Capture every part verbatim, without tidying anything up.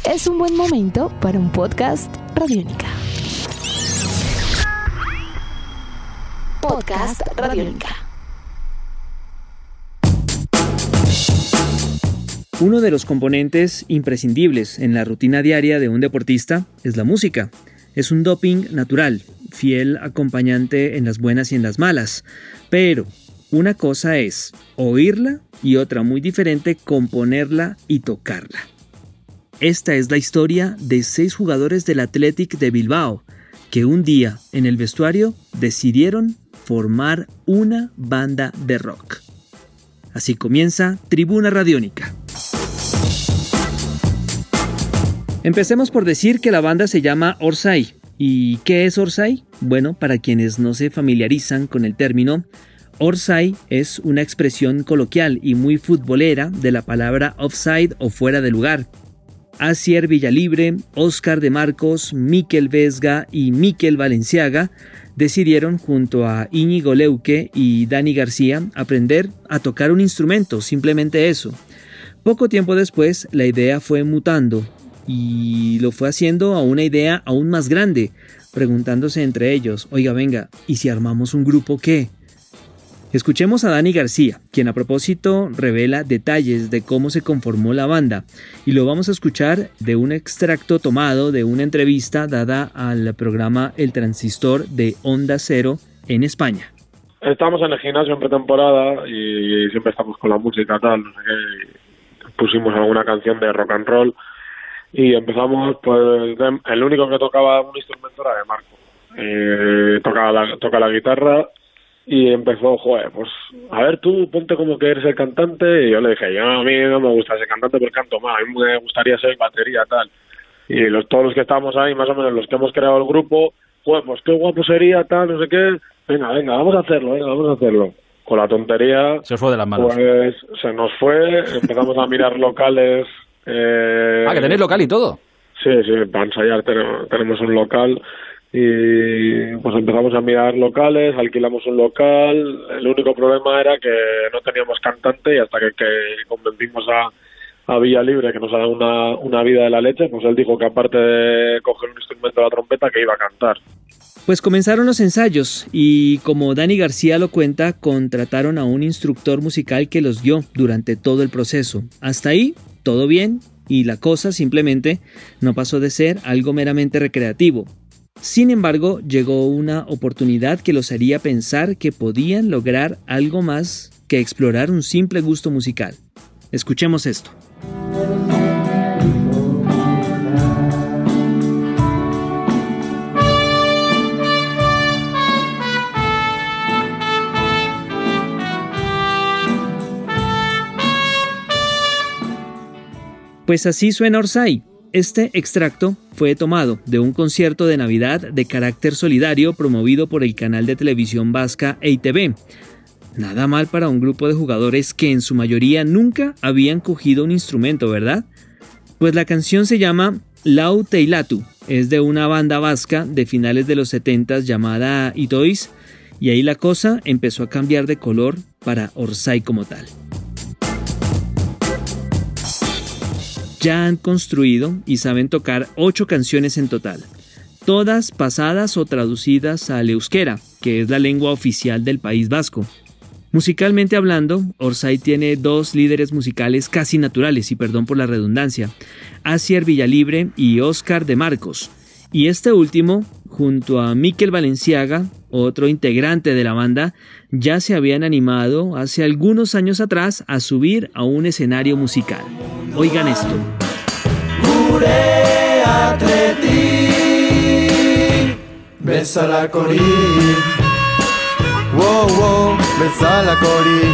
es un buen momento para un podcast Radiónica. Podcast Radiónica. Uno de los componentes imprescindibles en la rutina diaria de un deportista es la música. Es un doping natural, fiel acompañante en las buenas y en las malas. Pero una cosa es oírla y otra muy diferente componerla y tocarla. Esta es la historia de seis jugadores del Athletic de Bilbao que un día en el vestuario decidieron formar una banda de rock. Así comienza Tribuna Radiónica. Empecemos por decir que la banda se llama Orsay. ¿Y qué es Orsay? Bueno, para quienes no se familiarizan con el término, Orsay es una expresión coloquial y muy futbolera de la palabra offside o fuera de lugar. Asier Villalibre, Óscar de Marcos, Mikel Vesga y Mikel Valenciaga decidieron junto a Íñigo Leuque y Dani García aprender a tocar un instrumento, simplemente eso. Poco tiempo después la idea fue mutando y lo fue haciendo a una idea aún más grande, preguntándose entre ellos, oiga venga, ¿y si armamos un grupo qué? Escuchemos a Dani García, quien a propósito revela detalles de cómo se conformó la banda, y lo vamos a escuchar de un extracto tomado de una entrevista dada al programa El Transistor de Onda Cero en España. Estamos en el gimnasio en pretemporada y siempre estamos con la música tal, no sé qué, pusimos alguna canción de rock and roll y empezamos, pues el único que tocaba un instrumento era de Marco, eh, tocaba la, toca la guitarra. Y empezó, joder, pues, a ver tú, ponte como que eres el cantante. Y yo le dije, yo a mí no me gusta ser cantante porque canto mal, a mí me gustaría ser batería, tal. Y los, todos los que estamos ahí, más o menos los que hemos creado el grupo, joder, pues qué guapo sería, tal, no sé qué. Venga, venga, vamos a hacerlo, venga, vamos a hacerlo. Con la tontería, se os fue de las manos. Pues se nos fue, empezamos a mirar locales. Eh, ah, que tenéis local y todo. Sí, sí, para ensayar tenemos, tenemos un local. Y pues empezamos a mirar locales, alquilamos un local. El único problema era que no teníamos cantante y hasta que, que convencimos a, a Villalibre, que nos ha dado una, una vida de la leche, pues él dijo que aparte de coger un instrumento de la trompeta, que iba a cantar. Pues comenzaron los ensayos y como Dani García lo cuenta, contrataron a un instructor musical que los guió durante todo el proceso. Hasta ahí, todo bien, y la cosa simplemente no pasó de ser algo meramente recreativo. Sin embargo, llegó una oportunidad que los haría pensar que podían lograr algo más que explorar un simple gusto musical. Escuchemos esto. Pues así suena Orsay. Este extracto fue tomado de un concierto de Navidad de carácter solidario promovido por el canal de televisión vasca E I T V. Nada mal para un grupo de jugadores que en su mayoría nunca habían cogido un instrumento, ¿verdad? Pues la canción se llama Lau Teilatu, es de una banda vasca de finales de los setentas llamada Itoiz, y ahí la cosa empezó a cambiar de color para Orsay como tal. Ya han construido y saben tocar ocho canciones en total, todas pasadas o traducidas al euskera, que es la lengua oficial del País Vasco. Musicalmente hablando, Orsay tiene dos líderes musicales casi naturales, y perdón por la redundancia, Asier Villalibre y Óscar de Marcos, y este último, junto a Mikel Valenciaga, otro integrante de la banda, ya se habían animado hace algunos años atrás a subir a un escenario musical. Oigan esto. Gure Athletic, bezala korik, wow, wow, bezala korik.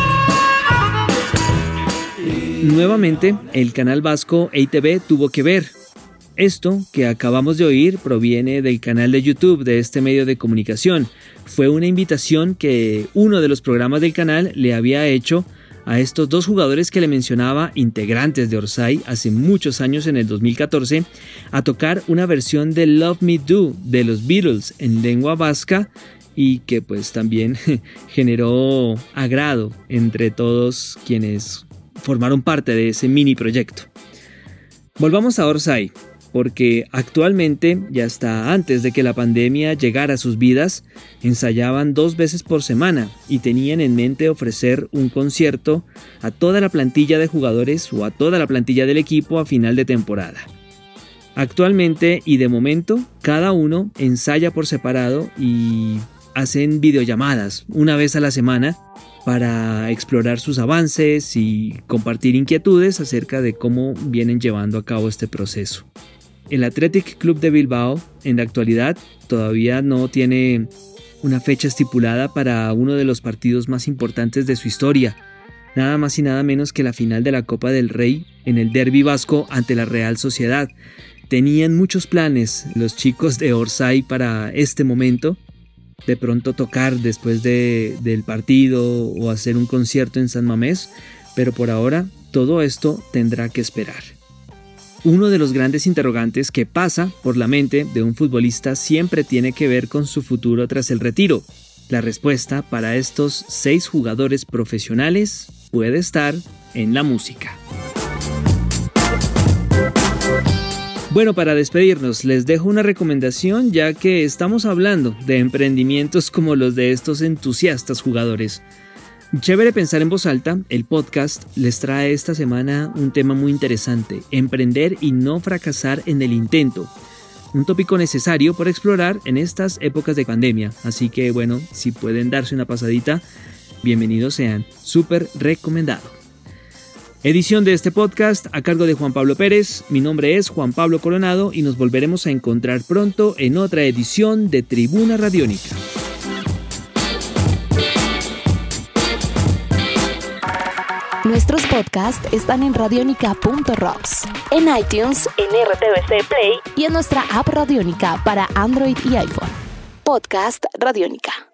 Nuevamente, el canal vasco E I T V tuvo que ver. Esto que acabamos de oír proviene del canal de YouTube de este medio de comunicación. Fue una invitación que uno de los programas del canal le había hecho a estos dos jugadores que le mencionaba, integrantes de Orsay hace muchos años, en el dos mil catorce, a tocar una versión de Love Me Do de los Beatles en lengua vasca, y que pues también generó agrado entre todos quienes formaron parte de ese mini proyecto. Volvamos a Orsay, porque actualmente, y hasta antes de que la pandemia llegara a sus vidas, ensayaban dos veces por semana y tenían en mente ofrecer un concierto a toda la plantilla de jugadores o a toda la plantilla del equipo a final de temporada. Actualmente y de momento, cada uno ensaya por separado y hacen videollamadas una vez a la semana para explorar sus avances y compartir inquietudes acerca de cómo vienen llevando a cabo este proceso. El Athletic Club de Bilbao, en la actualidad, todavía no tiene una fecha estipulada para uno de los partidos más importantes de su historia, nada más y nada menos que la final de la Copa del Rey en el Derbi vasco ante la Real Sociedad. Tenían muchos planes los chicos de Orsay para este momento, de pronto tocar después de, del partido o hacer un concierto en San Mamés, pero por ahora todo esto tendrá que esperar. Uno de los grandes interrogantes que pasa por la mente de un futbolista siempre tiene que ver con su futuro tras el retiro. La respuesta para estos seis jugadores profesionales puede estar en la música. Bueno, para despedirnos les dejo una recomendación, ya que estamos hablando de emprendimientos como los de estos entusiastas jugadores. Chévere pensar en voz alta, el podcast les trae esta semana un tema muy interesante: emprender y no fracasar en el intento. Un tópico necesario por explorar en estas épocas de pandemia, así que bueno, si pueden darse una pasadita, bienvenidos sean, súper recomendado. Edición de este podcast a cargo de Juan Pablo Pérez, mi nombre es Juan Pablo Coronado y nos volveremos a encontrar pronto en otra edición de Tribuna Radiónica. Nuestros podcasts están en radionica punto rocks, en iTunes, en R T V C Play y en nuestra app Radiónica para Android y iPhone. Podcast Radiónica.